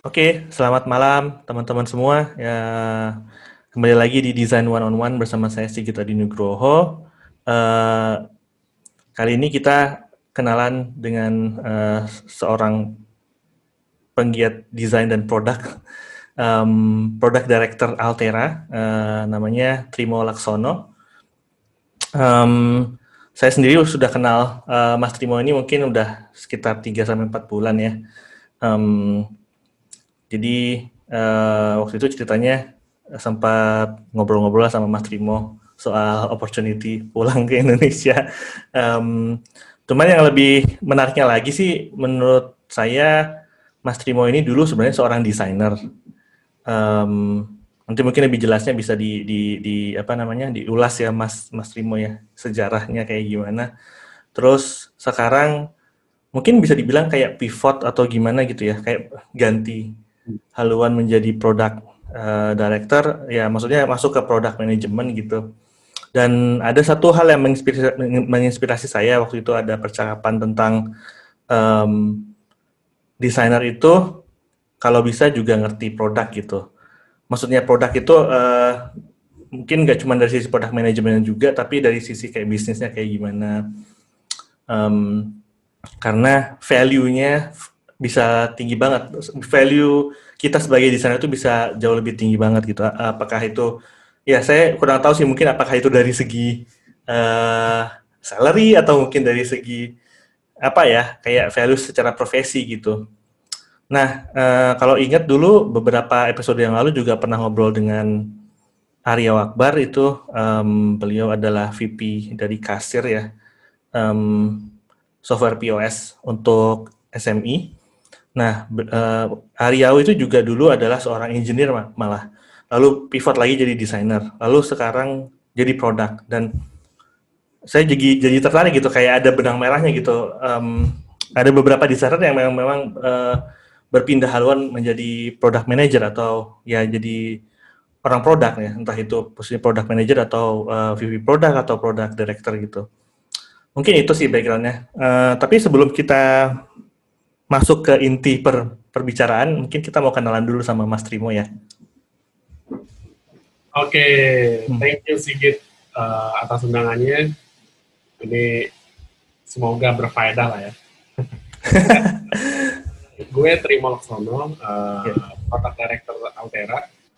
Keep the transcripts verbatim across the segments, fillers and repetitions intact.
Oke, selamat malam teman-teman semua. Ya, kembali lagi di Design One on One bersama saya Sigit Adi Nugroho. Eh, kali ini kita kenalan dengan eh, seorang penggiat desain dan produk, em, product director Altera, eh, namanya Trimo Laksono. Em, saya sendiri sudah kenal eh, Mas Trimo ini mungkin udah sekitar tiga sampai empat bulan ya. Em, Jadi eh, waktu itu ceritanya sempat ngobrol-ngobrol sama Mas Trimo soal opportunity pulang ke Indonesia. Em, cuman yang lebih menariknya lagi sih menurut saya Mas Trimo ini dulu sebenarnya seorang desainer. Em, nanti mungkin lebih jelasnya bisa di, di, di apa namanya diulas ya Mas Mas Trimo ya sejarahnya kayak gimana. Terus sekarang mungkin bisa dibilang kayak pivot atau gimana gitu ya, kayak ganti haluan menjadi product eh, director, ya maksudnya masuk ke product management gitu. Dan ada satu hal yang menginspirasi, menginspirasi saya waktu itu ada percakapan tentang em, desainer itu kalau bisa juga ngerti produk gitu. Maksudnya produk itu eh, mungkin nggak cuma dari sisi product management juga, tapi dari sisi kayak bisnisnya kayak gimana. Em, karena value-nya bisa tinggi banget. Value kita sebagai desainer itu bisa jauh lebih tinggi banget gitu. Apakah itu, ya saya kurang tahu sih mungkin apakah itu dari segi uh, salary atau mungkin dari segi apa ya, kayak value secara profesi gitu. Nah, uh, kalau ingat dulu beberapa episode yang lalu juga pernah ngobrol dengan Arya Akbar itu, um, beliau adalah V P dari kasir ya, um, software P O S untuk S M E. Nah, uh, Ariau itu juga dulu adalah seorang engineer malah. Lalu pivot lagi jadi desainer. Lalu sekarang jadi produk. Dan saya jadi jadi tertarik gitu, kayak ada benang merahnya gitu. Um, ada beberapa desainer yang memang memang uh, berpindah haluan menjadi product manager atau ya jadi orang produk ya, entah itu posisi product manager atau uh, V P product atau product director gitu. Mungkin itu sih backgroundnya. Uh, tapi sebelum kita masuk ke inti per, perbicaraan, mungkin kita mau kenalan dulu sama Mas Trimo ya. Oke, okay, thank you Sigit uh, atas undangannya. Ini semoga berfaedah lah ya. Gue Trimo Laksono, uh, yeah. Product Director Altera.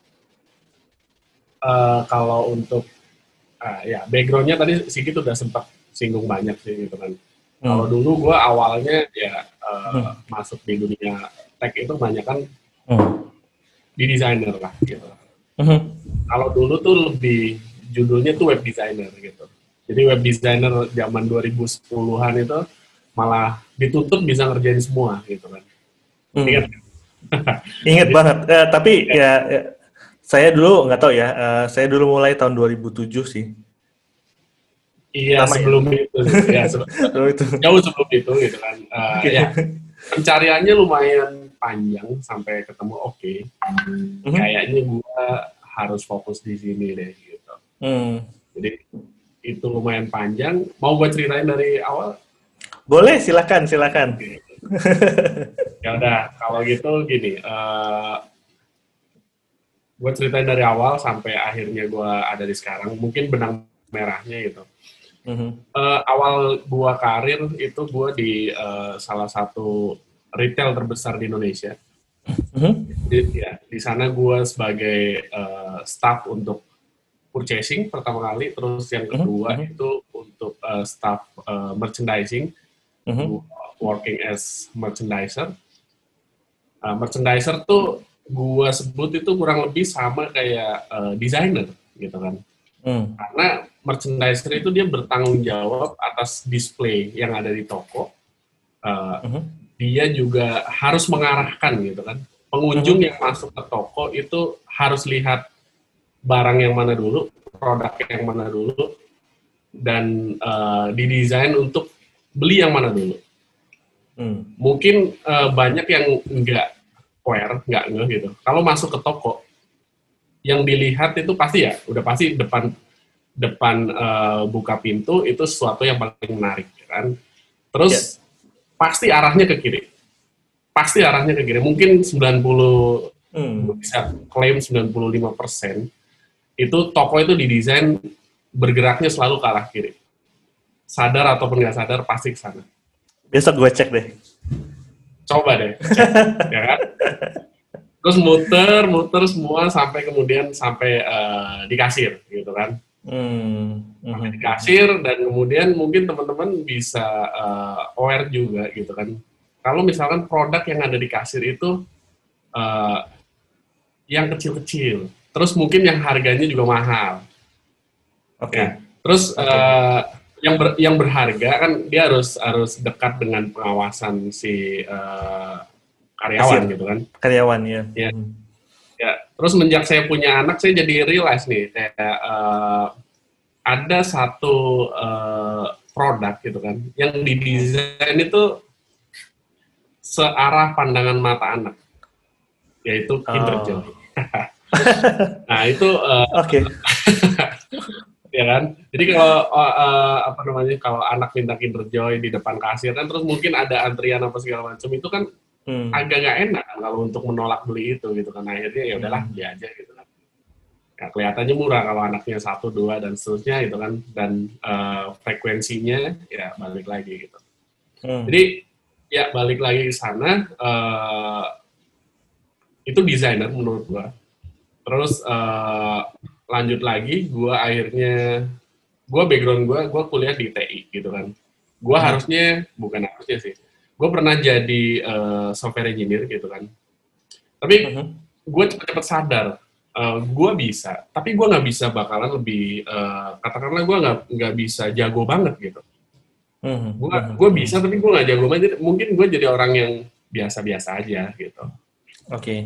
Uh, kalau untuk uh, ya backgroundnya tadi Sigit udah sempat singgung banyak sih gitu kan. Hmm. Kalau dulu gue awalnya ya uh, hmm. masuk di dunia tech itu banyak kan hmm. di designer lah gitu. Hmm. Kalau dulu tuh lebih judulnya tuh web designer gitu. Jadi web designer zaman dua ribu sepuluhan itu malah dituntut bisa ngerjain semua gitu kan. Hmm. Ingat? Ingat banget. Uh, tapi ya, ya saya dulu nggak tahu ya. Uh, saya dulu mulai tahun dua ribu tujuh sih. Iya, Sama sebelum ya? itu, ya sebelum itu. Jauh sebelum itu gitu kan. Uh, okay. Ya, pencariannya lumayan panjang sampai ketemu oke. Okay. Mm-hmm. Kayaknya gue harus fokus di sini deh gitu. Mm. Jadi itu lumayan panjang. Mau gue ceritain dari awal? Boleh, silakan, silakan. Okay. Ya udah, kalau gitu gini. Uh, gue ceritain dari awal sampai akhirnya gue ada di sekarang. Mungkin benang merahnya gitu. Mm-hmm. Uh, awal gua karir itu gua di uh, salah satu retail terbesar di Indonesia. Mm-hmm. Jadi ya di sana gua sebagai uh, staff untuk purchasing pertama kali, terus yang kedua mm-hmm. itu untuk uh, staff uh, merchandising, mm-hmm. working as merchandiser. Uh, merchandiser tuh gua sebut itu kurang lebih sama kayak uh, designer gitu kan. Hmm. Karena merchandiser itu dia bertanggung jawab atas display yang ada di toko. Uh, uh-huh. Dia juga harus mengarahkan gitu kan. Pengunjung uh-huh. yang masuk ke toko itu harus lihat barang yang mana dulu, produk yang mana dulu, dan uh, didesain untuk beli yang mana dulu. Hmm. Mungkin uh, banyak yang nggak aware, nggak ngeh gitu. Kalau masuk ke toko, yang dilihat itu pasti ya, udah pasti depan depan uh, buka pintu itu sesuatu yang paling menarik, kan? Terus yeah. pasti arahnya ke kiri. pasti arahnya ke kiri. Mungkin sembilan puluh, Hmm. bisa klaim sembilan puluh lima persen itu toko itu didesain bergeraknya selalu ke arah kiri. Sadar ataupun nggak sadar pasti ke sana. Besok gue cek deh. Coba deh, cek, ya kan? Terus muter, muter semua sampai kemudian sampai uh, di kasir, gitu kan? Hmm. Sampai di Hmm. kasir dan kemudian mungkin teman-teman bisa uh, aware juga, gitu kan? Kalau misalkan produk yang ada di kasir itu uh, yang kecil-kecil, terus mungkin yang harganya juga mahal. Oke. Ya. Terus Oke. uh, yang ber, yang berharga kan dia harus harus dekat dengan pengawasan si uh, karyawan Kasir. gitu kan. Karyawan ya. Ya. Hmm. Ya. Terus menjak saya punya anak saya jadi realize nih kayak uh, ada satu uh, produk gitu kan yang didesain itu searah pandangan mata anak, yaitu Kinder Oh. Joy. Nah itu uh, Oke. ya kan. Jadi kalau uh, apa namanya kalau anak minta Kinder Joy di depan kasir kan terus mungkin ada antrian apa segala macam itu kan Hmm. agak nggak enak kan kalau untuk menolak beli itu gitu kan. Akhirnya ya udahlah Hmm. beli aja gitu kan. Ya, kelihatannya murah kalau anaknya satu dua dan seterusnya gitu kan dan uh, frekuensinya ya balik lagi gitu. Hmm. Jadi ya balik lagi ke sana uh, itu desainer menurut gua. Terus uh, lanjut lagi, gue akhirnya, gue background gue, gue kuliah di T I gitu kan. Gue Hmm. harusnya, bukan harusnya sih, gue pernah jadi uh, software engineer gitu kan. Tapi Hmm. gue cepet-cepet sadar, uh, gue bisa, tapi gue nggak bisa bakalan lebih, uh, katakanlah gue nggak nggak bisa jago banget gitu. Hmm. Gue Hmm. gue bisa, tapi gue nggak jago banget. Mungkin gue jadi orang yang biasa-biasa aja gitu. Oke. Okay.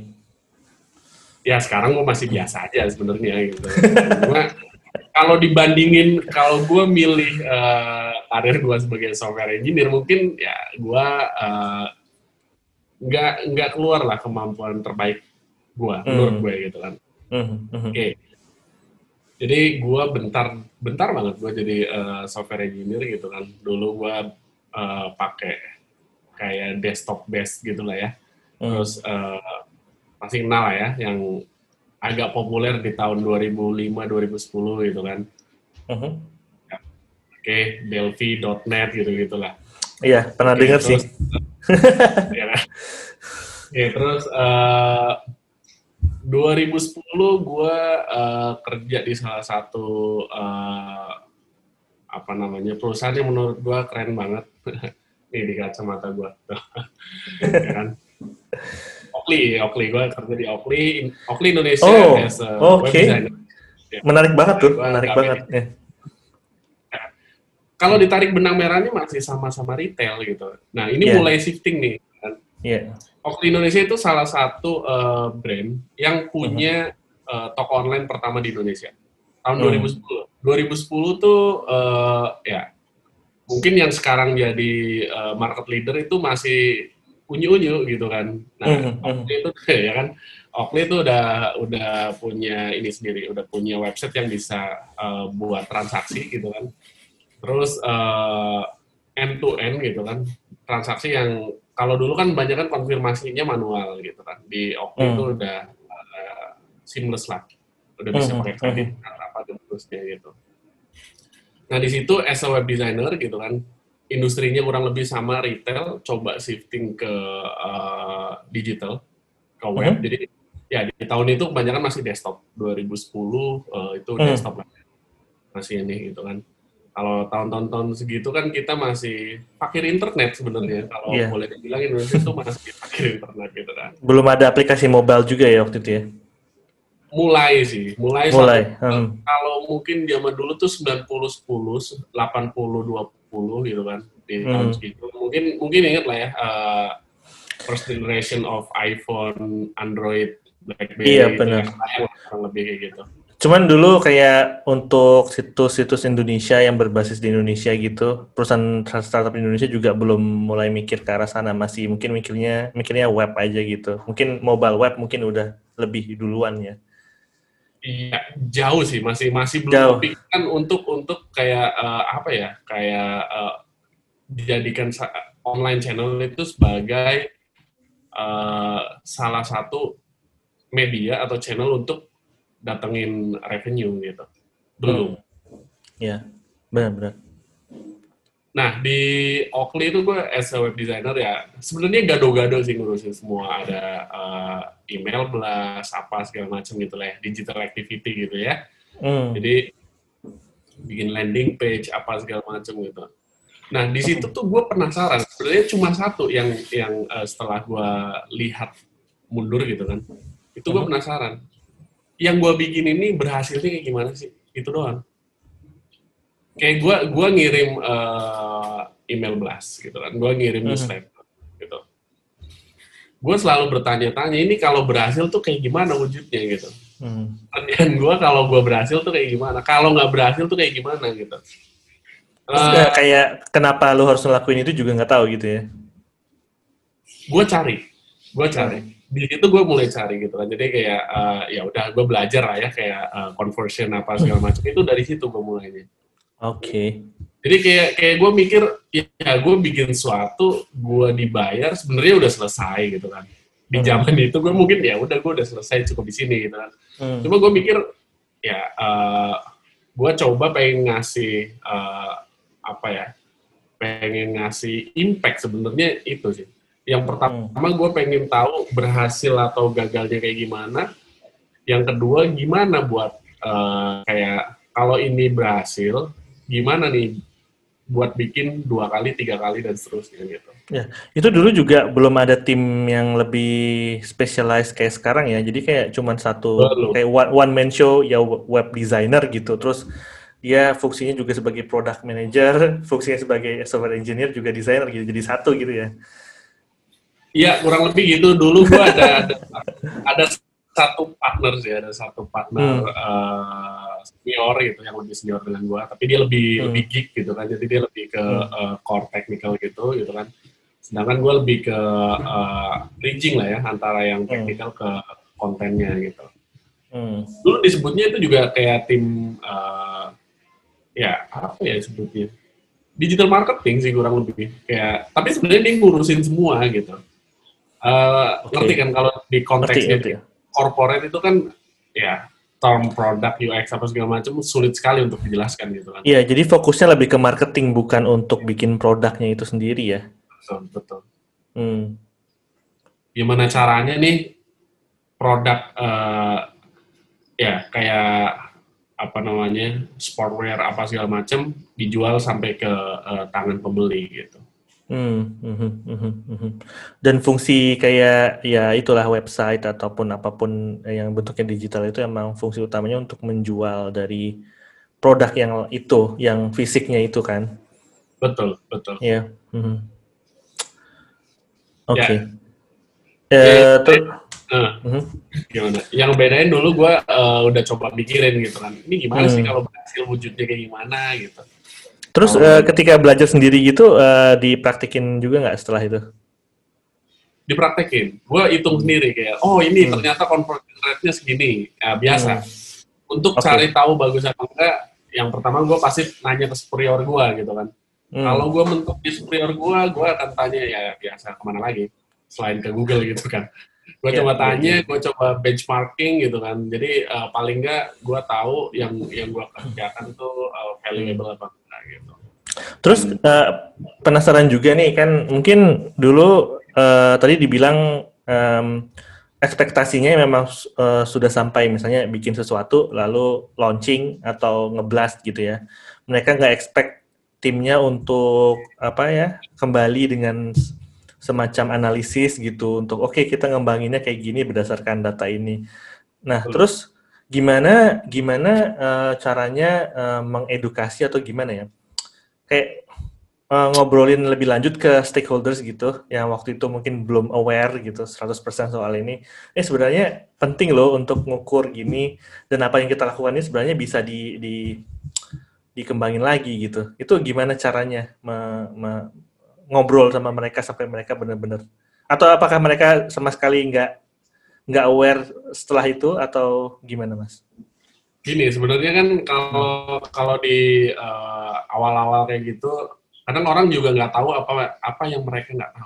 Ya sekarang gue masih biasa aja sebenarnya gitu. Cuma kalau dibandingin kalau gue milih uh, karir gue sebagai software engineer mungkin ya gue uh, nggak nggak keluar lah kemampuan terbaik gue Hmm. menurut gue gitu kan. Hmm. Hmm. Oke. Okay. Jadi gue bentar bentar banget gue jadi uh, software engineer gitu kan. Dulu gue uh, pakai kayak desktop based gitu lah ya. Hmm. Terus uh, pasti kenal lah ya yang agak populer di tahun dua ribu lima dua ribu sepuluh gitu kan. Hmm. Ya. Oke, okay, Delphi dot net gitu-gitulah. Iya, pernah okay, dengar sih. Ya kan? Oke, terus uh, dua ribu sepuluh gue uh, kerja di salah satu uh, apa namanya perusahaan yang menurut gue keren banget. Nih di kacamata gue, ya kan? Oakley, Oakley gue kerja di Oakley, Oakley Indonesia oh, as a okay. web designer. Ya. Menarik banget tuh, nah, menarik banget. Ya. Kalau ditarik benang merahnya masih sama-sama retail gitu. Nah ini yeah. mulai shifting nih. Kan? Yeah. Oakley Indonesia itu salah satu uh, brand yang punya uh-huh. uh, toko online pertama di Indonesia tahun hmm. dua ribu sepuluh. dua ribu sepuluh tuh uh, ya mungkin yang sekarang jadi uh, market leader itu masih unyu-unyu gitu kan. Nah, mm-hmm. Oakley itu ya kan, Oakley itu udah udah punya ini sendiri, udah punya website yang bisa uh, buat transaksi gitu kan. Terus uh, end to end gitu kan, transaksi yang kalau dulu kan banyak kan konfirmasinya manual gitu kan. Di Oakley mm. itu udah uh, seamless lah, udah bisa mm-hmm. pakai kredit mm-hmm. apa dan terusnya gitu. Nah di situ as a web designer gitu kan, industrinya kurang lebih sama retail, coba shifting ke uh, digital, ke web. Mm-hmm. Jadi ya di tahun itu kebanyakan masih desktop. dua ribu sepuluh uh, itu mm. desktop lah, masih ini gitu kan. Kalau tahun-tahun segitu kan kita masih pakai internet sebenarnya. Kalau yeah. boleh dibilang Indonesia itu masih pakai internet gitu kan. Belum ada aplikasi mobile juga ya waktu itu ya? Mulai sih, mulai, mulai. Satu, hmm. kalau mungkin zaman dulu tuh sembilan puluh sepuluh, delapan puluh dua puluh gitu kan di hmm. tahun segitu. Mungkin mungkin ingat lah ya uh, first generation of iPhone, Android, BlackBerry iya, gitu benar. ya, kurang lebih kayak gitu. Cuman dulu kayak untuk situs-situs Indonesia yang berbasis di Indonesia gitu, perusahaan startup Indonesia juga belum mulai mikir ke arah sana, masih mungkin mikirnya mikirnya web aja gitu. Mungkin mobile web mungkin udah lebih duluan ya. Iya, jauh sih, masih masih belum kepikiran untuk untuk kayak uh, apa ya, kayak uh, dijadikan online channel itu sebagai uh, salah satu media atau channel untuk datengin revenue gitu. Belum. Hmm. Ya, benar-benar. Nah, di Oakley itu gue as a web designer ya, sebenarnya gado-gado sih ngurusin semua. Ada uh, email blast, apa segala macam gitu lah ya, digital activity gitu ya. Hmm. Jadi, bikin landing page, apa segala macam gitu. Nah, di situ tuh gue penasaran, sebenarnya cuma satu yang yang uh, setelah gue lihat mundur gitu kan, itu gue penasaran. Yang gue bikin ini berhasilnya kayak gimana sih? Itu doang. Kayak gue gue ngirim uh, email blast gitu kan, gue ngirim newsletter gitu. Gue selalu bertanya-tanya, ini kalau berhasil tuh kayak gimana wujudnya gitu. Hmm. Pertanyaan gue kalau gue berhasil tuh kayak gimana, kalau nggak berhasil tuh kayak gimana gitu. Terus uh, kayak kenapa lu harus ngelakuin itu juga nggak tahu gitu ya? Gue cari, gue cari. Hmm. Di situ gue mulai cari gitu kan. Jadi kayak uh, ya udah gue belajar lah ya kayak uh, conversion apa segala macam itu dari situ gue mulainya. Oke. Okay. Jadi kayak kayak gue mikir ya gue bikin sesuatu, gue dibayar sebenarnya udah selesai gitu kan. Di zaman hmm. itu gue mungkin ya udah gue udah selesai cukup di sini gitu kan. Hmm. Cuma gue mikir ya uh, gue coba pengen ngasih uh, apa ya, pengen ngasih impact sebenarnya itu sih. Yang pertama hmm. gue pengen tahu berhasil atau gagalnya kayak gimana. Yang kedua gimana buat uh, kayak kalau ini berhasil, gimana nih buat bikin dua kali, tiga kali dan seterusnya gitu. Ya, itu dulu juga belum ada tim yang lebih specialized kayak sekarang ya. Jadi kayak cuman satu belum. Kayak one, one man show ya web designer gitu. Terus dia fungsinya juga sebagai product manager, fungsinya sebagai software engineer juga designer gitu. Jadi satu gitu ya. Iya, kurang lebih gitu. Dulu gua ada ada, ada satu partner sih, ada satu partner hmm. uh, senior gitu yang lebih senior dengan gua, tapi dia lebih hmm. lebih geek gitu kan. Jadi dia lebih ke hmm. uh, core technical gitu gitu kan. Sedangkan gua lebih ke uh, bridging lah ya antara yang technical hmm. ke kontennya gitu. Hmm. Dulu disebutnya itu juga kayak tim uh, ya apa ya disebutnya? Digital marketing sih kurang lebih kayak, tapi sebenarnya dia ngurusin semua gitu. Uh, okay. Ngerti kan kalau di konteksnya ngerti, ngerti. Corporate itu kan ya term produk U X apa segala macam sulit sekali untuk dijelaskan gitu kan. Iya, jadi fokusnya lebih ke marketing bukan untuk bikin produknya itu sendiri ya. Betul, betul. Hmm. Gimana caranya nih produk uh, ya kayak apa namanya sportwear apa segala macam dijual sampai ke uh, tangan pembeli gitu. Hmm, hmm, hmm, hmm. Dan fungsi kayak ya itulah website ataupun apapun yang bentuknya digital itu emang fungsi utamanya untuk menjual dari produk yang itu, yang fisiknya itu kan. Betul, betul. Iya. Yeah. Hmm. Oke. Okay. Ya. Eh, terus uh, uh-huh. gimana? Yang bedain dulu gue uh, udah coba mikirin gitu kan. Ini gimana hmm. sih kalau berhasil wujudnya kayak gimana gitu. Terus oh, uh, ketika belajar sendiri gitu, uh, dipraktekin juga nggak setelah itu? Dipraktekin. Gue hitung hmm. sendiri kayak, oh ini hmm. ternyata conversion rate-nya segini. Ya, biasa. Hmm. Untuk okay. cari tahu bagus apa enggak, yang pertama gue pasti nanya ke superior gue gitu kan. Hmm. Kalau gue mentok di superior gue, gue akan tanya ya biasa kemana lagi. Selain ke Google gitu kan. Gue yeah, coba tanya, yeah, yeah. gue coba benchmarking gitu kan. Jadi uh, paling enggak gue tahu yang yang gue kerjakan tuh uh, valuable apa enggak gitu. Terus uh, penasaran juga nih kan, mungkin dulu uh, tadi dibilang um, ekspektasinya memang uh, sudah sampai misalnya bikin sesuatu lalu launching atau ngeblast gitu ya. Mereka nggak expect timnya untuk apa ya kembali dengan semacam analisis gitu untuk oke okay, kita ngembanginnya kayak gini berdasarkan data ini. Nah hmm. terus gimana gimana uh, caranya uh, mengedukasi atau gimana ya? Kayak uh, ngobrolin lebih lanjut ke stakeholders gitu yang waktu itu mungkin belum aware gitu seratus persen soal ini. Eh sebenarnya penting loh untuk ngukur gini dan apa yang kita lakukan ini sebenarnya bisa di, di dikembangin lagi gitu. Itu gimana caranya me, me, ngobrol sama mereka sampai mereka benar-benar atau apakah mereka sama sekali nggak nggak aware setelah itu atau gimana Mas? Gini, sebenarnya kan kalau kalau di uh, awal-awal kayak gitu, kadang orang juga nggak tahu apa apa yang mereka nggak tahu.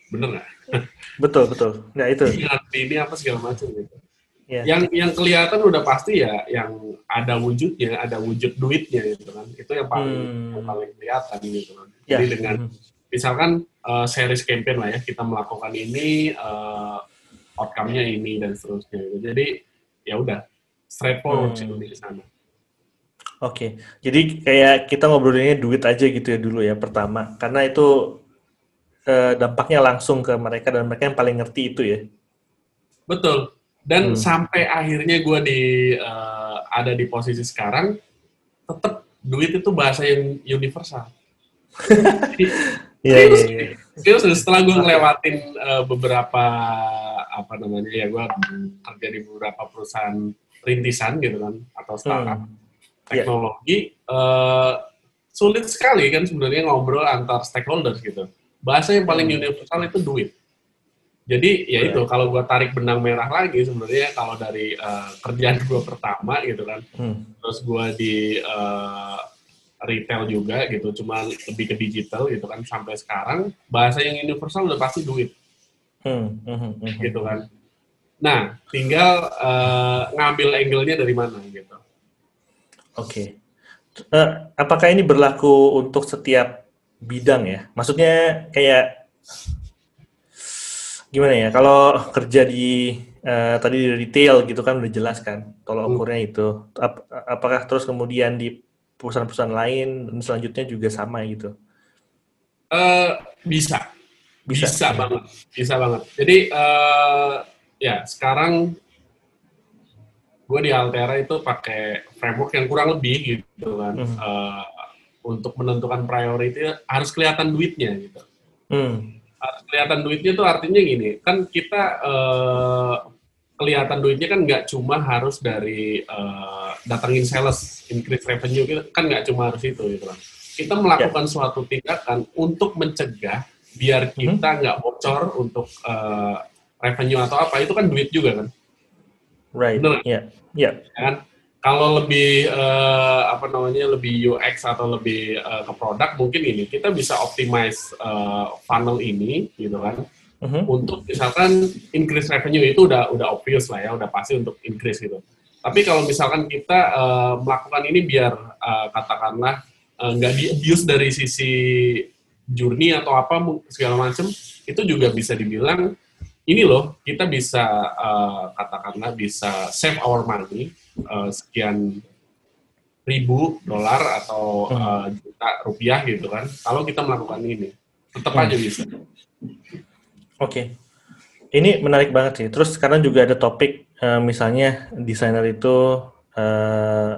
bener nggak? Betul, betul. Nggak itu. Ini ngerti ini apa segala macam gitu. Ya. Yang yang kelihatan udah pasti ya yang ada wujudnya, ada wujud duitnya gitu kan. Itu yang paling yang Hmm. paling kelihatan gitu kan. Jadi Ya. dengan Mhm. misalkan uh, series campaign lah ya, kita melakukan ini, uh, outcome-nya ini dan seterusnya. Gitu. Jadi ya udah straightforward sih Hmm. di sana. Oke. Jadi kayak kita ngobrolinnya duit aja gitu ya dulu ya pertama. Karena itu eh, dampaknya langsung ke mereka dan mereka yang paling ngerti itu ya. Betul. Dan Hmm. sampai akhirnya gue di uh, ada di posisi sekarang, tetap duit itu bahasa yang universal. Jadi, Iya, serius, iya, iya. serius setelah gue Oke. ngelewatin uh, beberapa apa namanya ya gue kerja di beberapa perusahaan rintisan gitu kan atau startup Hmm. Iya. teknologi uh, sulit sekali kan sebenarnya ngobrol antar stakeholders gitu. Bahasa yang paling Hmm. universal itu duit. Jadi ya itu Right. kalau gue tarik benang merah lagi sebenarnya kalau dari uh, kerjaan gue pertama gitu kan, Hmm. terus gue di uh, retail juga gitu, cuma lebih ke digital gitu kan sampai sekarang bahasa yang universal udah pasti duit Hmm. Hmm. Hmm. Hmm. gitu Hmm. kan. Nah tinggal uh, ngambil angle-nya dari mana gitu. Oke. Eh, apakah ini berlaku untuk setiap bidang ya? Maksudnya kayak gimana ya? Kalau kerja di eh, tadi di retail gitu kan udah jelas kan, tolak Hmm. ukurnya itu. Ap- apakah terus kemudian di perusahaan-perusahaan lain dan selanjutnya juga sama gitu? Uh, bisa, Bisa. bisa Hmm. banget, bisa banget. Jadi uh, ya sekarang gue di Altera itu pakai framework yang kurang lebih gitu kan Hmm. uh, untuk menentukan priority harus kelihatan duitnya gitu. Hmm. Harus kelihatan duitnya tuh artinya gini kan kita uh, kelihatan duitnya kan nggak cuma harus dari uh, datangin sales increase revenue gitu, kan nggak cuma harus itu gitu kan. Kita Ya. melakukan suatu tindakan untuk mencegah biar Mhm. kita nggak bocor untuk uh, revenue atau apa itu kan duit juga kan, Right. bener Ya. Ya. ya kan? Kalau lebih uh, apa namanya lebih U X atau lebih uh, ke produk mungkin ini kita bisa optimize uh, funnel ini gitu kan Mhm. untuk misalkan increase revenue itu udah udah obvious lah ya udah pasti untuk increase gitu. Tapi kalau misalkan kita uh, melakukan ini biar uh, katakanlah uh, nggak di abuse dari sisi journey atau apa segala macam itu juga bisa dibilang ini loh kita bisa uh, katakanlah bisa save our money uh, sekian ribu dolar atau Hmm. uh, juta rupiah gitu kan kalau kita melakukan ini tetap Hmm. aja bisa. Oke. Ini menarik banget sih. Terus sekarang juga ada topik eh, misalnya desainer itu eh,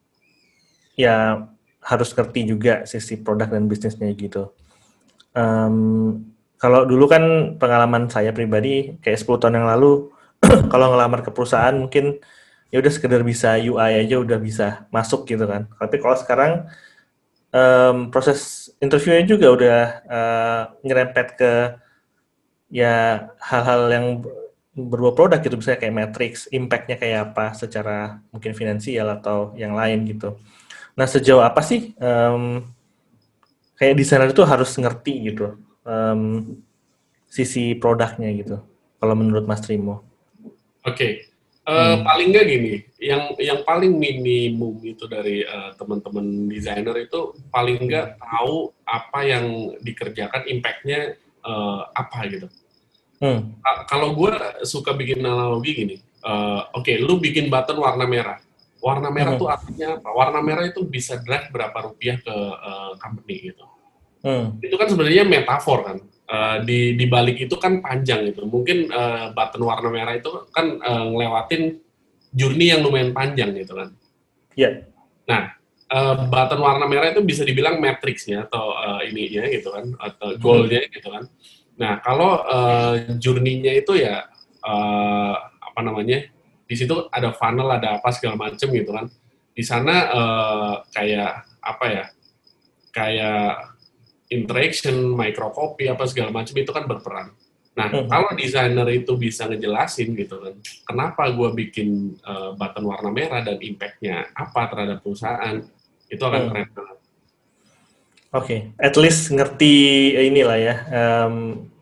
ya harus ngerti juga sisi produk dan bisnisnya gitu. Em, kalau dulu kan pengalaman saya pribadi kayak sepuluh tahun yang lalu kalau ngelamar ke perusahaan mungkin ya udah sekedar bisa U I aja udah bisa masuk gitu kan. Tapi kalau sekarang em, proses interviewnya juga udah eh, nyerempet ke ya hal-hal yang berupa produk gitu, misalnya kayak matrix, impact-nya kayak apa secara mungkin finansial atau yang lain gitu. Nah, sejauh apa sih em, kayak desainer itu harus ngerti gitu em, sisi produknya gitu, kalau menurut Mas Trimo? Oke, okay. uh, Hmm. paling nggak gini, yang yang paling minimum itu dari uh, teman-teman desainer itu paling nggak tahu apa yang dikerjakan, impact-nya uh, apa gitu. Hmm. Ka- Kalau gue suka bikin analogi gini, uh, oke, okay, lu bikin button warna merah. Warna merah tuh Hmm. artinya apa? Warna merah itu bisa drive berapa rupiah ke uh, company gitu. Hmm. Itu kan sebenarnya metafor kan. Uh, di di balik itu kan panjang gitu. Mungkin uh, button warna merah itu kan uh, ngelewatin journey yang lumayan panjang gitu kan. Ya. Nah, uh, button warna merah itu bisa dibilang matrixnya atau uh, ininya gitu kan, atau Hmm. goalnya gitu kan. Nah, kalau uh, journey-nya itu ya uh, apa namanya? Di situ ada funnel, ada apa segala macem gitu kan. Di sana uh, kayak apa ya? Kayak interaction, microcopy apa segala macam itu kan berperan. Nah, Hmm. kalau desainer itu bisa ngejelasin gitu kan, kenapa gue bikin uh, button warna merah dan impact-nya apa terhadap perusahaan, itu akan Hmm. keren banget. Oke, at least ngerti inilah ya, em,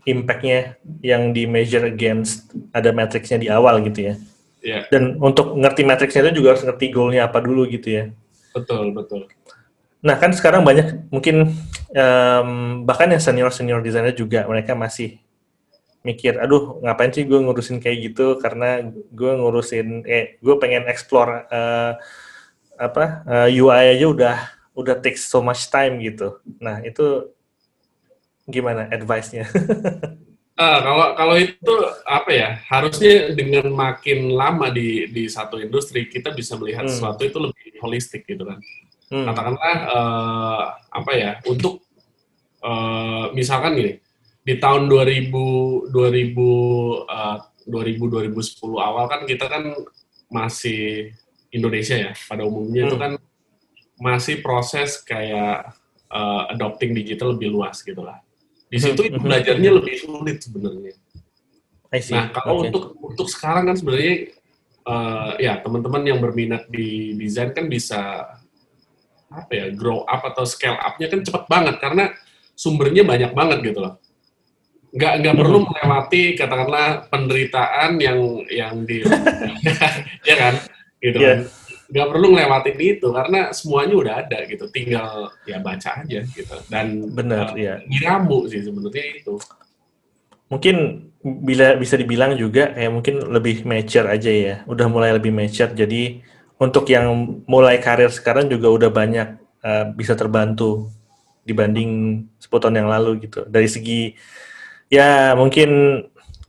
impact-nya yang di measure against ada matrix-nya di awal gitu ya. Yeah. Dan untuk ngerti matrix-nya itu juga harus ngerti goal-nya apa dulu gitu ya. Betul, betul. Nah kan sekarang banyak mungkin um, bahkan yang senior-senior desainer juga mereka masih mikir, aduh ngapain sih gue ngurusin kayak gitu, karena gue ngurusin, eh gue pengen explore uh, apa uh, U I aja udah udah takes so much time gitu. Nah itu gimana advice-nya? Uh, kalau kalau itu apa ya, harusnya dengan makin lama di di satu industri kita bisa melihat hmm. sesuatu itu lebih holistik gitu kan. Hmm. Katakanlah uh, apa ya, untuk uh, misalkan gini, di tahun dua ribu dua ribu uh, dua ribu dua ribu sepuluh awal kan kita kan masih Indonesia ya, pada umumnya hmm. itu kan masih proses kayak uh, adopting digital lebih luas gitu lah. Di situ itu belajarnya lebih sulit sebenarnya. Nah kalau okay. untuk untuk sekarang kan sebenarnya uh, ya teman-teman yang berminat di desain kan bisa apa ya, grow up atau scale up-nya kan cepat banget karena sumbernya banyak banget gitu loh. Nggak nggak hmm. perlu melewati katakanlah penderitaan yang yang di ya kan gitu yeah. kan. Nggak perlu ngelewatin itu karena semuanya udah ada gitu, tinggal ya baca aja gitu. Dan benar uh, ya. Ngiramu sih sebenarnya itu. Mungkin bila bisa dibilang juga kayak mungkin lebih mature aja ya, udah mulai lebih mature. Jadi untuk yang mulai karir sekarang juga udah banyak uh, bisa terbantu dibanding sepuluh tahun yang lalu gitu. Dari segi ya mungkin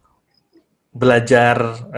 belajar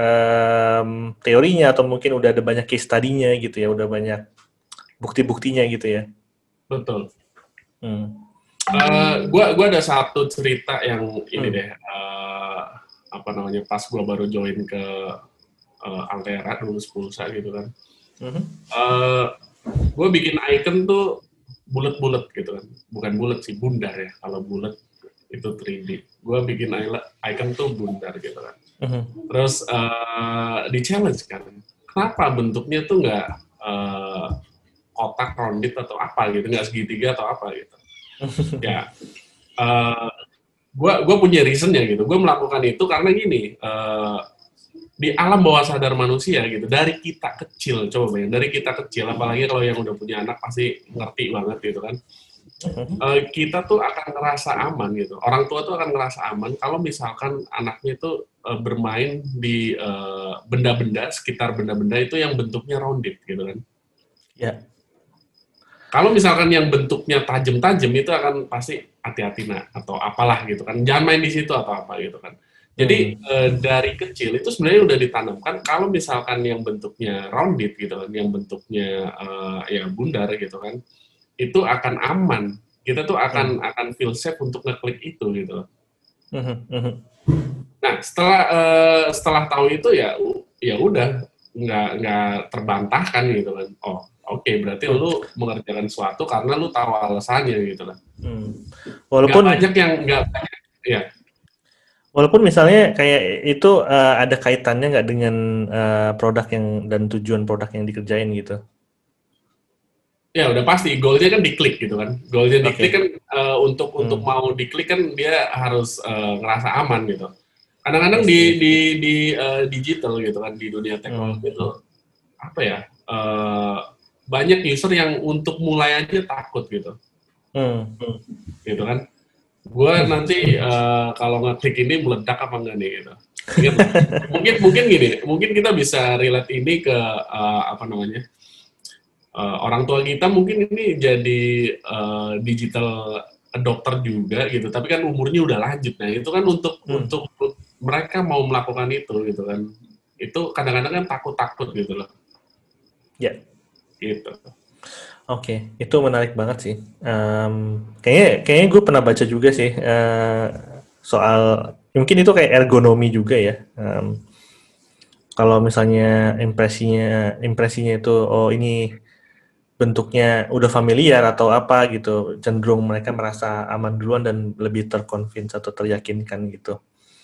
um, teorinya atau mungkin udah ada banyak case study-nya gitu ya, udah banyak bukti-buktinya gitu ya. Betul. Hmm. Uh, gua gua ada satu cerita yang ini hmm. deh, uh, apa namanya, pas gua baru join ke uh, Altera dulu Pulsa gitu kan. Hmm. Uh, gua bikin icon tuh bulat-bulat gitu kan, bukan bulat sih, bundar ya. Kalau bulat itu tiga D. Gua bikin icon tuh bundar gitu kan. Uh-huh. Terus uh, di challenge kan, kenapa bentuknya tuh nggak uh, kotak, rounded atau apa gitu, nggak segitiga atau apa gitu. Ya, uh, gue gue punya reasonnya gitu. Gue melakukan itu karena gini, uh, di alam bawah sadar manusia gitu, dari kita kecil, coba bayangin, dari kita kecil, apalagi kalau yang udah punya anak pasti ngerti banget gitu kan. Uh, kita tuh akan ngerasa aman gitu. Orang tua tuh akan ngerasa aman kalau misalkan anaknya tuh uh, bermain di uh, benda-benda, sekitar benda-benda itu yang bentuknya rounded gitu kan. Ya. Yeah. Kalau misalkan yang bentuknya tajam-tajam itu akan pasti hati-hati nak atau apalah gitu kan. Jangan main di situ atau apa gitu kan. Jadi hmm. uh, dari kecil itu sebenarnya udah ditanamkan kalau misalkan yang bentuknya rounded gitu kan, yang bentuknya uh, ya bundar gitu kan, itu akan aman. Kita tuh akan hmm. akan feel safe untuk ngeklik itu gitu. Hmm. Hmm. Nah setelah uh, setelah tahu itu ya ya udah nggak nggak terbantahkan gitu kan. Oh oke okay, berarti hmm. lu mengerjakan sesuatu karena lu tahu alasannya gitu kan. Hmm. Walaupun nggak banyak yang nggak banyak ya. Walaupun misalnya kayak itu uh, ada kaitannya nggak dengan uh, produk yang dan tujuan produk yang dikerjain gitu. Ya udah pasti, goalnya kan diklik gitu kan. Goalnya diklik okay. kan uh, untuk hmm. untuk mau diklik kan dia harus uh, ngerasa aman gitu. Kadang-kadang di di di uh, digital gitu kan, di dunia teknologi hmm. itu apa ya, uh, banyak user yang untuk mulai aja takut gitu. Hmm. Gitu kan. Gue nanti uh, kalau ngeklik ini meledak apa enggak nih gitu. Mungkin mungkin, mungkin gini, mungkin kita bisa relate ini ke uh, apa namanya, Uh, orang tua kita mungkin ini jadi uh, digital adopter juga gitu, tapi kan umurnya udah lanjut. Nah itu kan untuk hmm. untuk mereka mau melakukan itu gitu kan, itu kadang-kadang kan takut-takut gitu loh. Ya. Yeah. Gitu. Oke, okay. Itu menarik banget sih. Um, kayaknya kayaknya gue pernah baca juga sih uh, soal mungkin itu kayak ergonomi juga ya. Um, kalau misalnya impresinya impresinya itu oh ini bentuknya udah familiar atau apa gitu, cenderung mereka merasa aman duluan dan lebih terconvince atau teryakinkan gitu.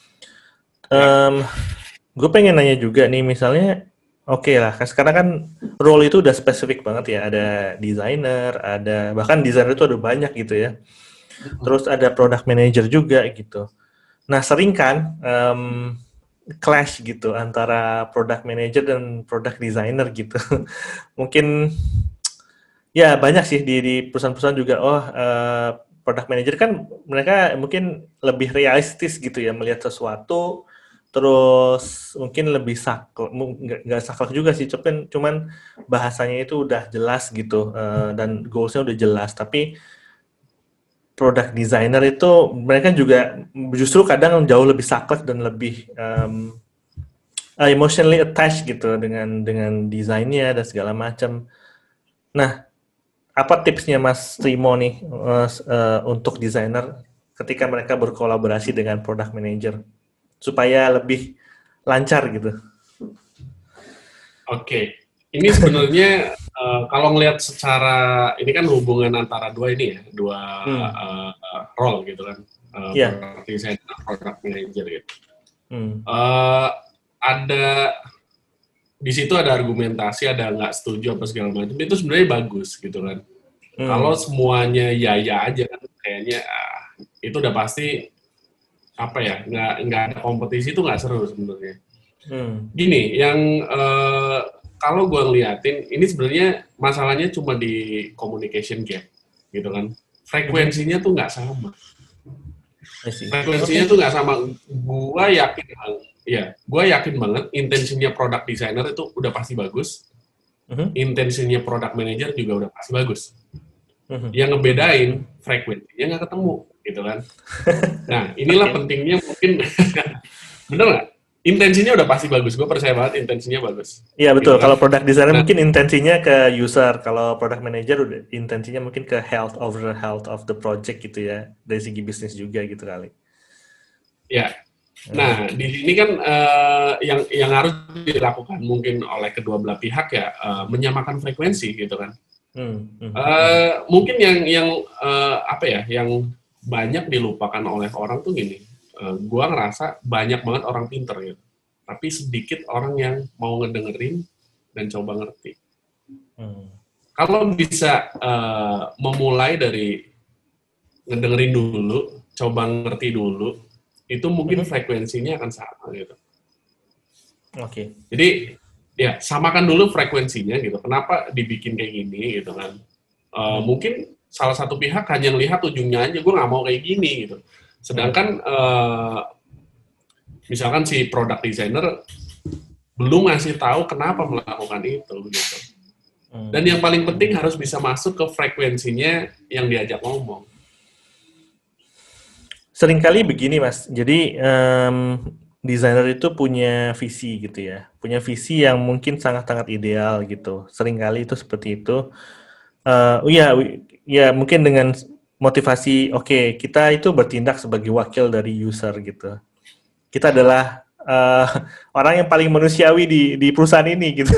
Um, gue pengen nanya juga nih, misalnya, oke okay lah, sekarang kan role itu udah spesifik banget ya, ada desainer, ada bahkan desainer itu ada banyak gitu ya. Terus ada product manager juga gitu. Nah, sering kan um, clash gitu antara product manager dan product designer gitu. Mungkin ya banyak sih di, di perusahaan-perusahaan juga, oh uh, product manager kan mereka mungkin lebih realistis gitu ya melihat sesuatu, terus mungkin lebih saklek, nggak, nggak saklek juga sih, cuman, cuman bahasanya itu udah jelas gitu uh, dan goalsnya udah jelas, tapi product designer itu mereka juga justru kadang jauh lebih saklek dan lebih um, uh, emotionally attached gitu dengan dengan desainnya dan segala macam. Nah, apa tipsnya Mas Trimo nih uh, uh, untuk desainer ketika mereka berkolaborasi dengan product manager supaya lebih lancar gitu? Oke, ini sebenarnya uh, kalau ngelihat secara ini kan hubungan antara dua ini ya, dua Hmm, uh, role gitu kan, uh, ya. product designer, product manager gitu. Hmm, Uh, ada di situ ada argumentasi, ada nggak setuju apa segala macam, itu sebenarnya bagus gitu kan. Kalau hmm, semuanya ya ya aja kan, kayaknya ah, itu udah pasti apa ya, nggak nggak ada kompetisi itu nggak seru sebenarnya. hmm, Gini, yang eh, kalau gue ngeliatin, ini sebenarnya masalahnya cuma di communication gap, gitu kan. mhm. Frekuensinya tuh nggak sama. I see. Frekuensinya Oke. tuh nggak sama. Gue yakin banget, ya, gue yakin banget intensinya product designer itu udah pasti bagus. Mhm, Intensinya product manager juga udah pasti bagus. mhm, Yang mhm, ngebedain mhm. frekuensinya nggak ketemu, gitu kan. Nah, inilah Oke. pentingnya mungkin, bener nggak? Intensinya udah pasti bagus. Gue percaya banget intensinya bagus, Iya betul. gitu Kalau kan. product designer Nah, mungkin intensinya ke user, kalau product manager udah intensinya mungkin ke health, overall health of the project gitu ya, dari segi bisnis juga gitu kali. ya. Hmm, Nah, di sini kan eh, yang yang harus dilakukan mungkin oleh kedua belah pihak ya eh, menyamakan frekuensi gitu kan. hmm, hmm, hmm, Eh, mungkin yang yang eh, apa ya, yang banyak dilupakan oleh orang tuh gini. Eh, gua ngerasa banyak banget orang pinter gitu, tapi sedikit orang yang mau ngedengerin dan coba ngerti. hmm, Kalau bisa eh, memulai dari ngedengerin dulu, coba ngerti dulu, itu mungkin mhm. frekuensinya akan sama gitu. Oke. Jadi ya samakan dulu frekuensinya gitu. Kenapa dibikin kayak gini gitu kan? Uh, Hmm, mungkin salah satu pihak hanya lihat ujungnya aja, gue nggak mau kayak gini gitu. hmm, Sedangkan uh, misalkan si product designer belum ngasih tahu kenapa melakukan itu gitu. Dan hmm, yang paling hmm. penting harus bisa masuk ke frekuensinya yang diajak ngomong. Seringkali begini Mas, jadi em, desainer itu punya visi gitu ya, punya visi yang mungkin sangat-sangat ideal gitu. Seringkali itu seperti itu. Eh, oh ya, wi- ya mungkin dengan motivasi, oke kita itu bertindak sebagai wakil dari user gitu. Kita adalah eh, orang yang paling manusiawi di di perusahaan ini gitu.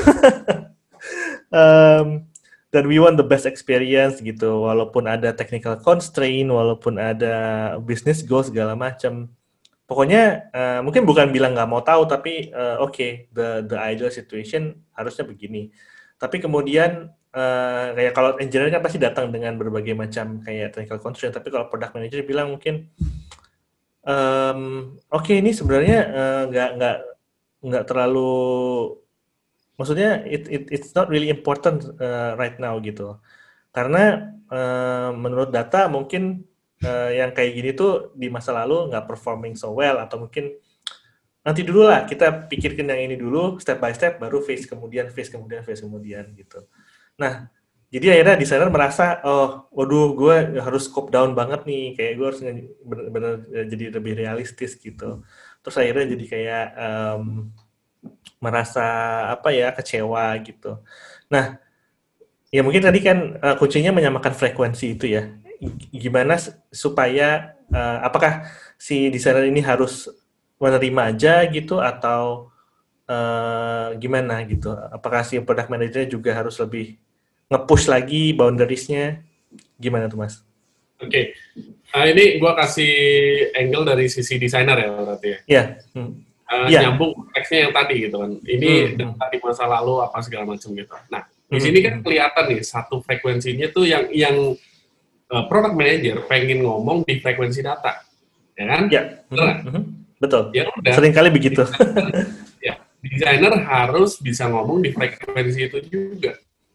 um, dan we want the best experience gitu, walaupun ada technical constraint, walaupun ada business goals segala macam. Pokoknya uh, mungkin bukan bilang nggak mau tahu, tapi uh, oke, okay, the the ideal situation harusnya begini. Tapi kemudian uh, kayak kalau engineer kan pasti datang dengan berbagai macam kayak technical constraint, tapi kalau product manager bilang mungkin um, oke okay, ini sebenarnya uh, nggak nggak nggak terlalu, maksudnya it, it it's not really important uh, right now gitu. Karena uh, menurut data mungkin uh, yang kayak gini tuh di masa lalu nggak performing so well, atau mungkin nanti dulu lah kita pikirkan yang ini dulu step by step, baru phase kemudian phase kemudian phase kemudian gitu. Nah, jadi akhirnya desainer merasa, oh waduh gue harus scope down banget nih, kayak gue harus bener-bener jadi lebih realistis gitu. Terus akhirnya jadi kayak um, merasa apa ya, kecewa gitu. Nah, ya mungkin tadi kan uh, kuncinya menyamakan frekuensi itu ya. Gimana supaya uh, apakah si desainer ini harus menerima aja gitu, atau uh, gimana gitu? Apakah si product manager juga harus lebih nge-push lagi boundariesnya? Gimana tuh Mas? Oke, okay. Nah, ini gue kasih angle dari sisi desainer ya berarti ya. Ya, hmm. Uh, Ya, nyambung konteksnya yang tadi gitu kan. hmm, Ini hmm, data di masa lalu apa segala macam gitu. Nah, di hmm, sini kan hmm, kelihatan nih satu frekuensinya tuh yang yang uh, product manager pengen ngomong di frekuensi data. ya kan? Ya, Betul nggak? mm-hmm. Betul. Ya udah. Sering kali begitu. Ya, desainer harus bisa ngomong di frekuensi itu juga,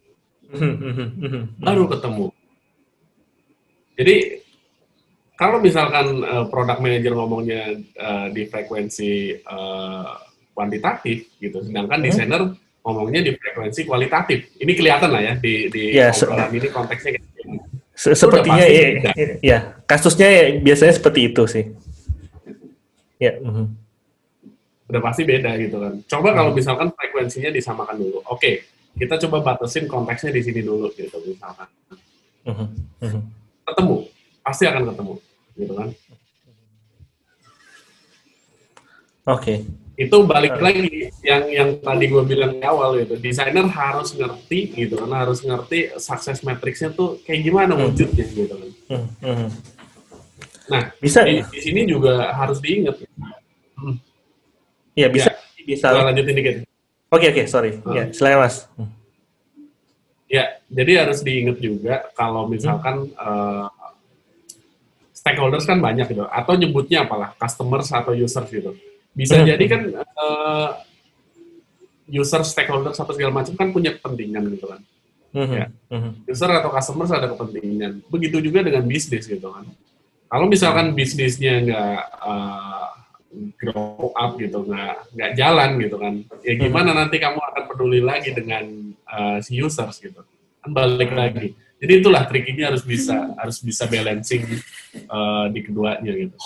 baru ketemu. Jadi kalau misalkan uh, product manager ngomongnya uh, di frekuensi uh, kuantitatif gitu, sedangkan hmm. desainer ngomongnya di frekuensi kualitatif. Ini kelihatan lah ya di di ya, obrolan ini konteksnya kayak gini. Se Sepertinya ya, ya, kasusnya ya, biasanya seperti itu sih. Ya. Mm-hmm. Udah pasti beda gitu kan. Coba mm-hmm. kalau misalkan frekuensinya disamakan dulu. Oke, okay, kita coba batasin konteksnya di sini dulu gitu misalkan. Mm-hmm. Ketemu, pasti akan ketemu, gitu kan. Oke. Okay. Itu balik lagi yang yang tadi gue bilang di awal gitu, desainer harus ngerti gitu kan, harus ngerti success matrix-nya tuh kayak gimana wujudnya gitu kan. Mm-hmm. Nah, bisa di, di sini juga harus diingat. Hmm. Ya bisa, ya, bisa. Lanjutin dikit. Oke okay, oke, okay, sorry. Uh. Ya, silakan Mas. Ya, jadi harus diingat juga kalau misalkan hmm. uh, stakeholders kan banyak gitu, atau nyebutnya apalah, customers atau users gitu. Bisa hmm. jadi kan uh, user, stakeholders atau segala macam kan punya kepentingan gitu kan. Hmm. Ya. Hmm. User atau customers ada kepentingan. Begitu juga dengan bisnis gitu kan. Kalau misalkan bisnisnya nggak uh, grow up gitu, nggak nggak jalan gitu kan, ya gimana hmm. nanti kamu akan peduli lagi dengan uh, si users gitu, kan balik hmm. lagi. Jadi itulah triknya, harus bisa harus bisa balancing uh, di keduanya gitu.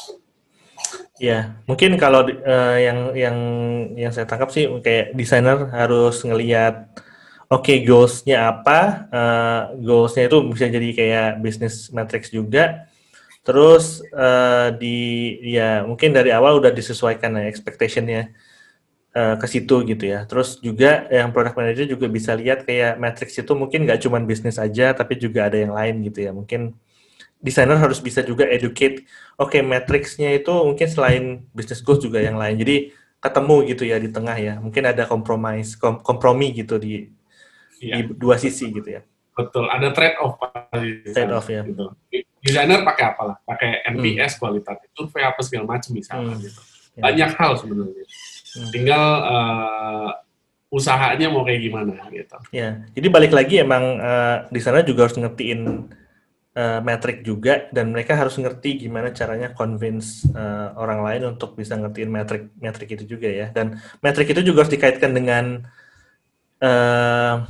Ya, mungkin kalau uh, yang yang yang saya tangkap sih kayak desainer harus ngelihat oke okay, goals-nya apa, uh, goals-nya itu bisa jadi kayak business matrix juga. Terus uh, di ya mungkin dari awal udah disesuaikan ya expectation-nya uh, ke situ gitu ya. Terus juga yang product manager juga bisa lihat kayak matrix itu mungkin nggak cuma bisnis aja, tapi juga ada yang lain gitu ya. Mungkin desainer harus bisa juga educate, oke okay, matrix-nya itu mungkin selain business goals juga yang lain. Jadi ketemu gitu ya di tengah ya. Mungkin ada compromise, kom kompromi gitu di, iya. di dua sisi gitu ya. Betul, ada trade off. Trade off ya. Gitu. Desainer pakai apa lah? Pakai N P S hmm. kualitatif, survei apa segala macam misalnya hmm. gitu. Banyak ya. hal sebenarnya. Hmm. Tinggal uh, usahanya mau kayak gimana gitu. Ya, jadi balik lagi emang uh, desainer juga harus ngertiin uh, metrik juga, dan mereka harus ngerti gimana caranya convince uh, orang lain untuk bisa ngertiin metrik metrik itu juga ya. Dan metrik itu juga harus dikaitkan dengan uh,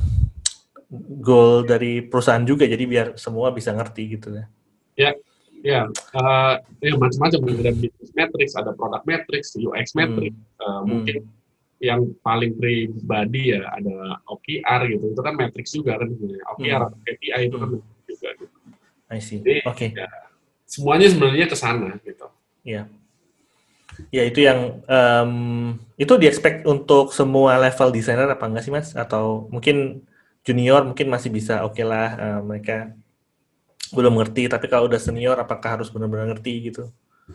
goal dari perusahaan juga, jadi biar semua bisa ngerti gitu ya. Ya, ya, uh, ya macam-macam. Ada business matrix, ada product matrix, U X matrix, hmm. uh, mungkin hmm. yang paling pribadi ya ada O K R gitu. Itu kan matrix juga kan, O K R hmm. atau K P I itu kan hmm. juga. Gitu. I see. Oke. Okay. Ya, semuanya sebenarnya ke sana gitu. Iya. Ya itu yang um, itu di-expect untuk semua level desainer apa enggak sih Mas? Atau mungkin junior mungkin masih bisa oke okay lah uh, mereka belum ngerti, tapi kalau udah senior apakah harus benar-benar ngerti gitu?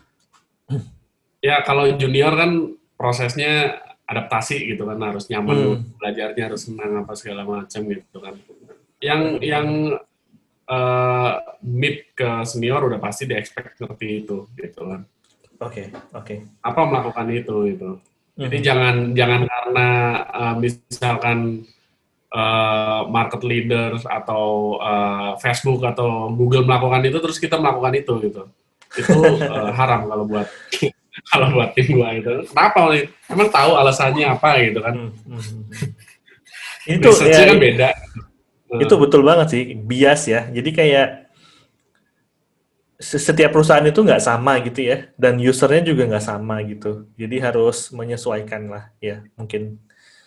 Ya kalau junior kan prosesnya adaptasi gitu kan, harus nyaman hmm. belajarnya, harus senang apa segala macam gitu kan. Yang hmm. yang uh, mid ke senior udah pasti di-expect ngerti itu gitu kan. Oke, okay, oke. Okay. Apa melakukan itu gitu. Jadi hmm. jangan jangan karena uh, misalkan Uh, market leaders atau uh, Facebook atau Google melakukan itu terus kita melakukan itu gitu, itu uh, haram kalau buat kalau buat tim gua itu. Kenapa? Emang tahu alasannya apa gitu kan? Hmm, hmm. Itu ya, kan beda. Itu uh. betul banget sih, bias ya. Jadi kayak setiap perusahaan itu nggak sama gitu ya, dan usernya juga nggak sama gitu. Jadi harus menyesuaikan lah ya mungkin.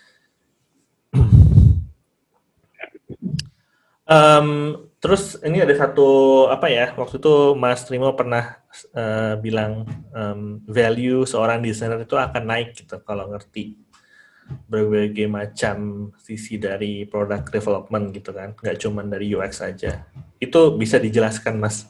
Um, terus ini ada satu apa ya, waktu itu Mas Trimo pernah uh, bilang um, value seorang desainer itu akan naik gitu kalau ngerti berbagai macam sisi dari product development gitu kan, nggak cuma dari U X aja. Itu bisa dijelaskan Mas?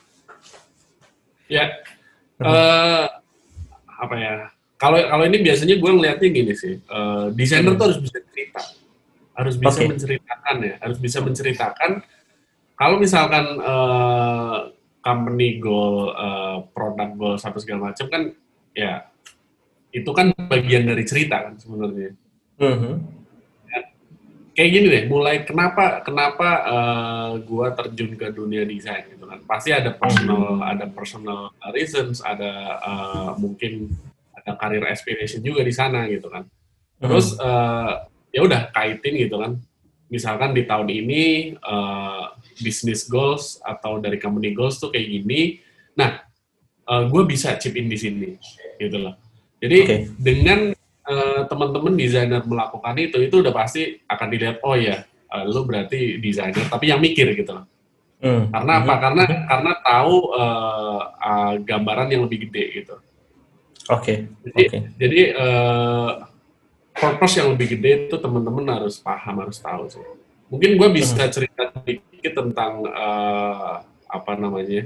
Ya, hmm. uh, apa ya? Kalau kalau ini biasanya gue ngeliatnya gini sih, uh, desainer hmm. tuh harus bisa cerita. Harus bisa okay. menceritakan ya, harus bisa menceritakan. Kalau misalkan uh, company goal, uh, product goal, sampai segala macam kan, ya itu kan bagian dari cerita kan sebenarnya. Mm-hmm. Kayak gini deh, mulai kenapa kenapa uh, gua terjun ke dunia desain gitu kan. Pasti ada personal, ada personal reasons, ada uh, mungkin ada career aspiration juga di sana gitu kan. Terus uh, ya udah kaitin gitu kan. Misalkan di tahun ini uh, business goals atau dari company goals tuh kayak gini. Nah, uh, gue bisa chip in di sini gitu loh. Jadi Okay. dengan uh, teman-teman desainer melakukan itu, itu udah pasti akan dilihat, oh ya, uh, lu berarti desainer, tapi yang mikir gitu loh. Mm. Karena apa? Karena karena tahu uh, uh, gambaran yang lebih gede gitu. Oke. Jadi, Okay. Okay. jadi uh, purpose yang lebih gede itu teman-teman harus paham, harus tahu sih. Mungkin gue bisa cerita sedikit tentang uh, apa namanya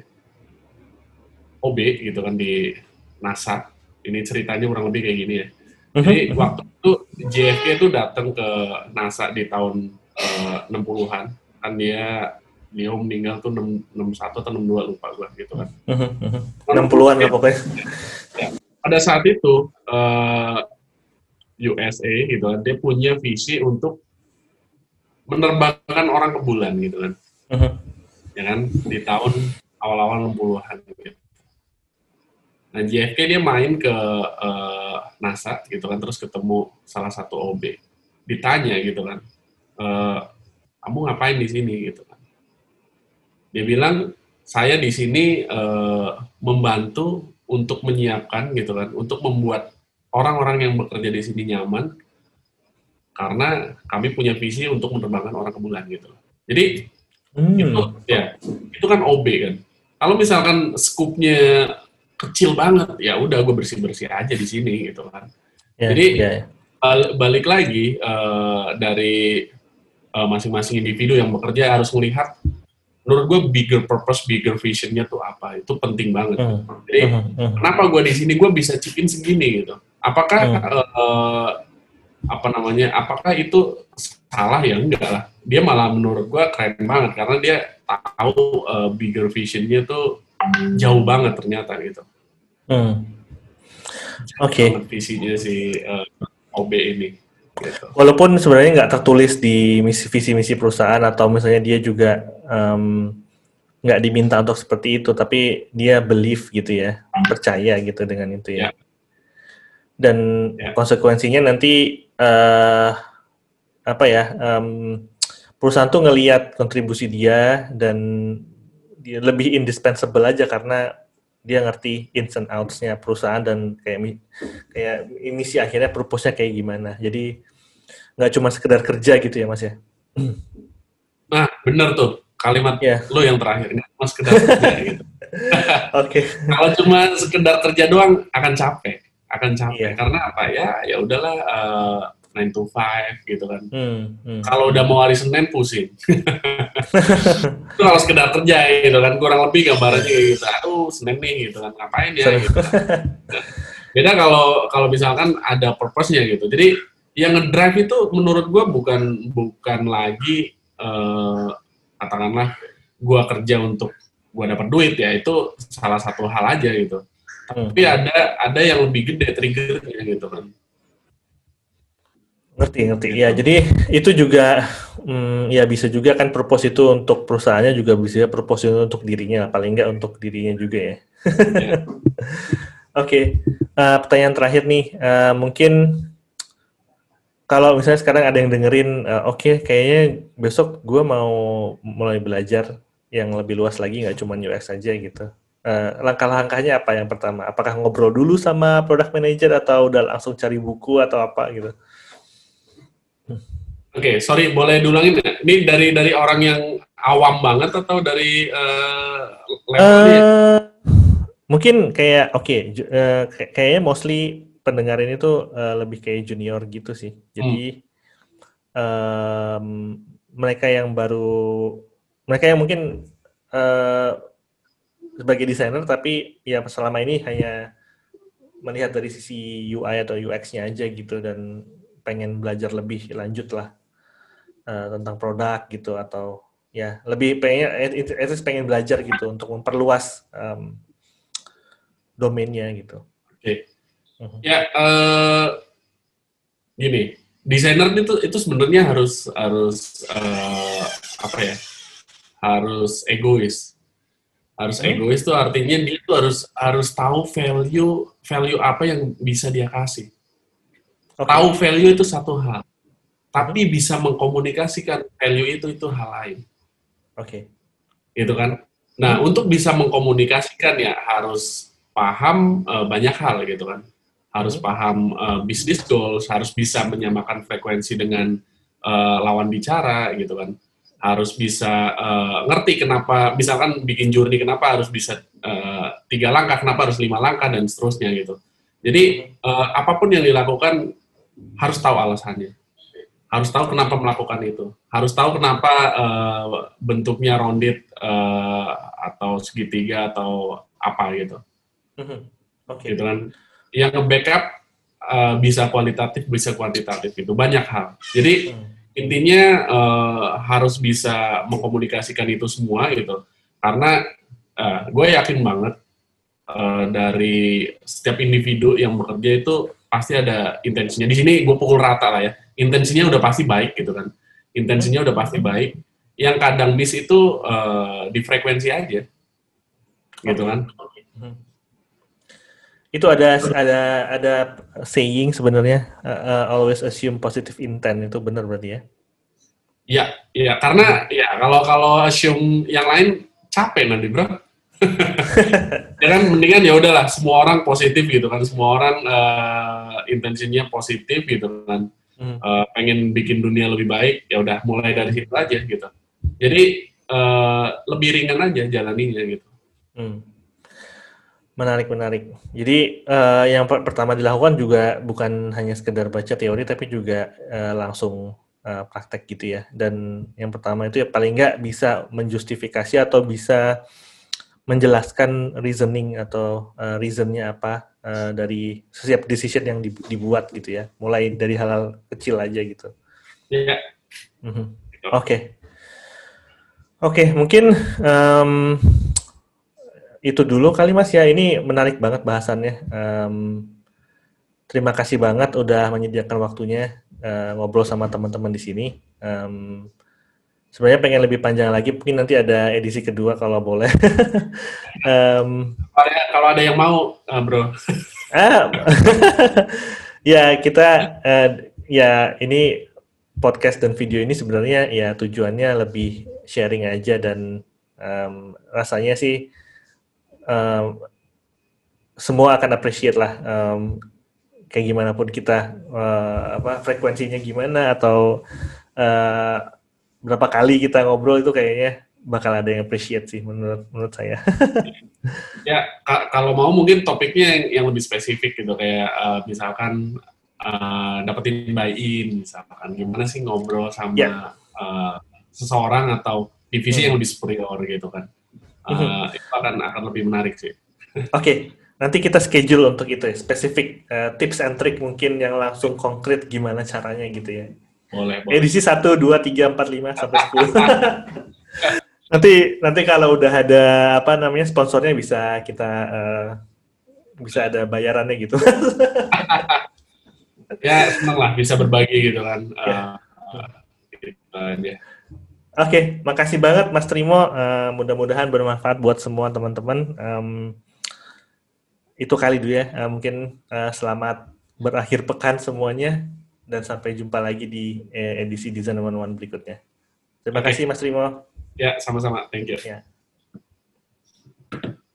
O B gitu kan di NASA. Ini ceritanya kurang lebih kayak gini ya. Jadi Mm-hmm. waktu itu J F K itu datang ke NASA di tahun uh, enam puluhan. Kan dia dia meninggal tuh enam puluh satu atau enam puluh dua lupa gue gitu kan. Mm-hmm. enam puluhan lah pokoknya. Ya. Pada saat itu uh, U S A gitu kan, dia punya visi untuk menerbangkan orang ke bulan gitu kan. Mm-hmm. Ya kan, di tahun awal-awal enam puluhan gitu. Nah, J F K dia main ke uh, NASA gitu kan, terus ketemu salah satu O B. Ditanya gitu kan, e, kamu ngapain di sini gitu kan. Dia bilang, saya di sini uh, membantu untuk menyiapkan gitu kan, untuk membuat orang-orang yang bekerja di sini nyaman, karena kami punya visi untuk menerbangkan orang ke bulan gitu. Jadi Hmm. itu ya itu kan O B kan. Kalau misalkan skupnya kecil banget, ya udah gue bersih bersih aja di sini gitu kan. Yeah, Jadi yeah, yeah. balik lagi uh, dari uh, masing-masing individu yang bekerja harus melihat, menurut gue bigger purpose, bigger visionnya tuh apa, itu penting banget. Mm. Jadi Mm-hmm. Mm-hmm. kenapa gue di sini gue bisa chip in segini gitu? Apakah Mm. uh, apa namanya? Apakah itu salah? Ya enggak lah. Dia malah menurut gue keren banget karena dia tahu uh, bigger visionnya tuh jauh banget ternyata gitu. Mm. Oke. Okay. Banget visinya si uh, O B ini. Gitu. Walaupun sebenarnya nggak tertulis di misi visi misi perusahaan atau misalnya dia juga um, nggak diminta untuk seperti itu, tapi dia believe gitu ya, percaya gitu dengan itu ya. Yeah. Dan yeah. konsekuensinya nanti uh, apa ya, um, perusahaan tuh ngelihat kontribusi dia dan dia lebih indispensable aja karena dia ngerti ins and outs-nya perusahaan dan kayak kayak misi akhirnya purpose-nya kayak gimana. Jadi nggak cuma sekedar kerja gitu ya Mas ya. Nah, bener tuh kalimat yeah. lo yang terakhir, nggak cuma sekedar kerja gitu. Oke. Okay. Kalau cuma sekedar kerja doang akan capek, akan capek. Yeah. Karena apa ya? Ya udahlah uh, nine to five gitu kan. Hmm, hmm. Kalau udah mau hari Senin pusing. Itu kalau sekedar kerja gitu kan, kurang lebih gambarannya gitu. Aduh, Senin nih gitu kan, ngapain ya gitu kan. Nah, beda kalau kalau misalkan ada purpose-nya gitu. Jadi yang ngedrive itu menurut gue bukan bukan lagi uh, katakanlah gue kerja untuk gue dapat duit ya, itu salah satu hal aja gitu. Tapi hmm. ada ada yang lebih gede triggernya gitu kan. Ngerti ngerti gitu. Ya, jadi itu juga hmm, ya bisa juga kan purpose itu untuk perusahaannya, juga bisa purpose itu untuk dirinya, paling enggak untuk dirinya juga ya. Yeah. Oke, okay. uh, pertanyaan terakhir nih, uh, mungkin kalau misalnya sekarang ada yang dengerin, uh, oke okay, kayaknya besok gue mau mulai belajar yang lebih luas lagi, nggak cuma U X aja gitu. Uh, langkah-langkahnya apa yang pertama? Apakah ngobrol dulu sama product manager atau udah langsung cari buku atau apa gitu? Oke, okay, sorry, boleh diulangin nggak? Ini dari dari orang yang awam banget atau dari uh, levelnya? Uh, mungkin kayak oke, okay, uh, kayaknya mostly pendengar ini tuh uh, lebih kayak junior gitu sih. Jadi hmm. um, mereka yang baru, mereka yang mungkin uh, sebagai desainer tapi ya selama ini hanya melihat dari sisi U I atau U X-nya aja gitu dan pengen belajar lebih lanjut lah uh, tentang produk gitu atau ya lebih pengen at least pengen belajar gitu untuk memperluas um, domainnya gitu. Oke. Okay. Uh-huh. Ya, uh, gini, desainer itu itu sebenarnya harus harus uh, apa ya? Harus egois. Harus hmm? egois tuh artinya dia tuh harus harus tahu value value apa yang bisa dia kasih. Okay. Tahu value itu satu hal, tapi hmm? bisa mengkomunikasikan value itu itu hal lain. Oke. Okay. Gitu kan? Nah, hmm? untuk bisa mengkomunikasikan ya harus paham uh, banyak hal gitu kan. Harus hmm? paham uh, business goals, harus bisa menyamakan frekuensi dengan uh, lawan bicara gitu kan. Harus bisa uh, ngerti kenapa, misalkan bikin journey kenapa harus bisa uh, tiga langkah, kenapa harus lima langkah dan seterusnya gitu. Jadi uh, apapun yang dilakukan harus tahu alasannya, harus tahu kenapa melakukan itu, harus tahu kenapa uh, bentuknya rounded uh, atau segitiga atau apa gitu. Okay. Gitu kan. Yang nge-backup uh, bisa kualitatif, bisa kuantitatif gitu, banyak hal. Jadi hmm. intinya uh, harus bisa mengkomunikasikan itu semua gitu, karena uh, gue yakin banget uh, dari setiap individu yang bekerja itu pasti ada intensinya. Di sini gue pukul rata lah ya, intensinya udah pasti baik gitu kan, intensinya udah pasti baik. Yang kadang miss itu uh, di frekuensi aja, gitu kan. Itu ada ada ada saying sebenarnya uh, uh, always assume positive intent, itu benar berarti ya? Iya, iya karena ya kalau kalau assume yang lain capek nanti bro. Ya kan mendingan ya udahlah semua orang positif gitu kan, semua orang uh, intensinya positif gitu kan, hmm. uh, pengen bikin dunia lebih baik, ya udah mulai dari situ aja gitu. Jadi uh, lebih ringan aja jalaninya gitu. Hmm. Menarik, menarik. Jadi uh, yang per- pertama dilakukan juga bukan hanya sekedar baca teori, tapi juga uh, langsung uh, praktek gitu ya. Dan yang pertama itu ya paling nggak bisa menjustifikasi atau bisa menjelaskan reasoning atau uh, reasonnya apa uh, dari setiap decision yang dibuat gitu ya. Mulai dari hal-hal kecil aja gitu. Iya. Mm-hmm. Oke. Okay. Oke, okay, mungkin um, itu dulu kali Mas ya, ini menarik banget bahasannya. Um, terima kasih banget udah menyediakan waktunya uh, ngobrol sama teman-teman di sini. Um, sebenarnya pengen lebih panjang lagi, mungkin nanti ada edisi kedua kalau boleh. um, kalau ada yang mau, uh, bro. ah, ya kita, uh, ya ini podcast dan video ini sebenarnya ya tujuannya lebih sharing aja dan um, rasanya sih Um, semua akan appreciate lah um, kayak gimana pun kita uh, apa frekuensinya gimana atau uh, berapa kali kita ngobrol itu kayaknya bakal ada yang appreciate sih menurut menurut saya. Ya ka- kalau mau mungkin topiknya yang, yang lebih spesifik gitu kayak uh, misalkan uh, dapetin buy-in, misalkan gimana sih ngobrol sama yeah. uh, seseorang atau divisi hmm. yang lebih superior gitu kan. Uh, itu akan akan lebih menarik sih. Oke, okay. Nanti kita schedule untuk itu ya, spesifik uh, tips and trick mungkin yang langsung konkret gimana caranya gitu ya. Boleh, boleh. Edisi satu, dua, tiga, empat, lima sampai sepuluh. nanti nanti kalau udah ada apa namanya sponsornya bisa kita uh, bisa ada bayarannya gitu. Ya senang lah bisa berbagi gitu kan. Yeah. Uh, gitu aja. Oke, okay, makasih banget Mas Trimo. Uh, mudah-mudahan bermanfaat buat semua teman-teman. Um, itu kali dulu ya. Uh, mungkin uh, selamat berakhir pekan semuanya dan sampai jumpa lagi di eh, edisi Design one oh one berikutnya. Terima okay. kasih Mas Trimo. Ya, sama-sama. Thank you. Ya.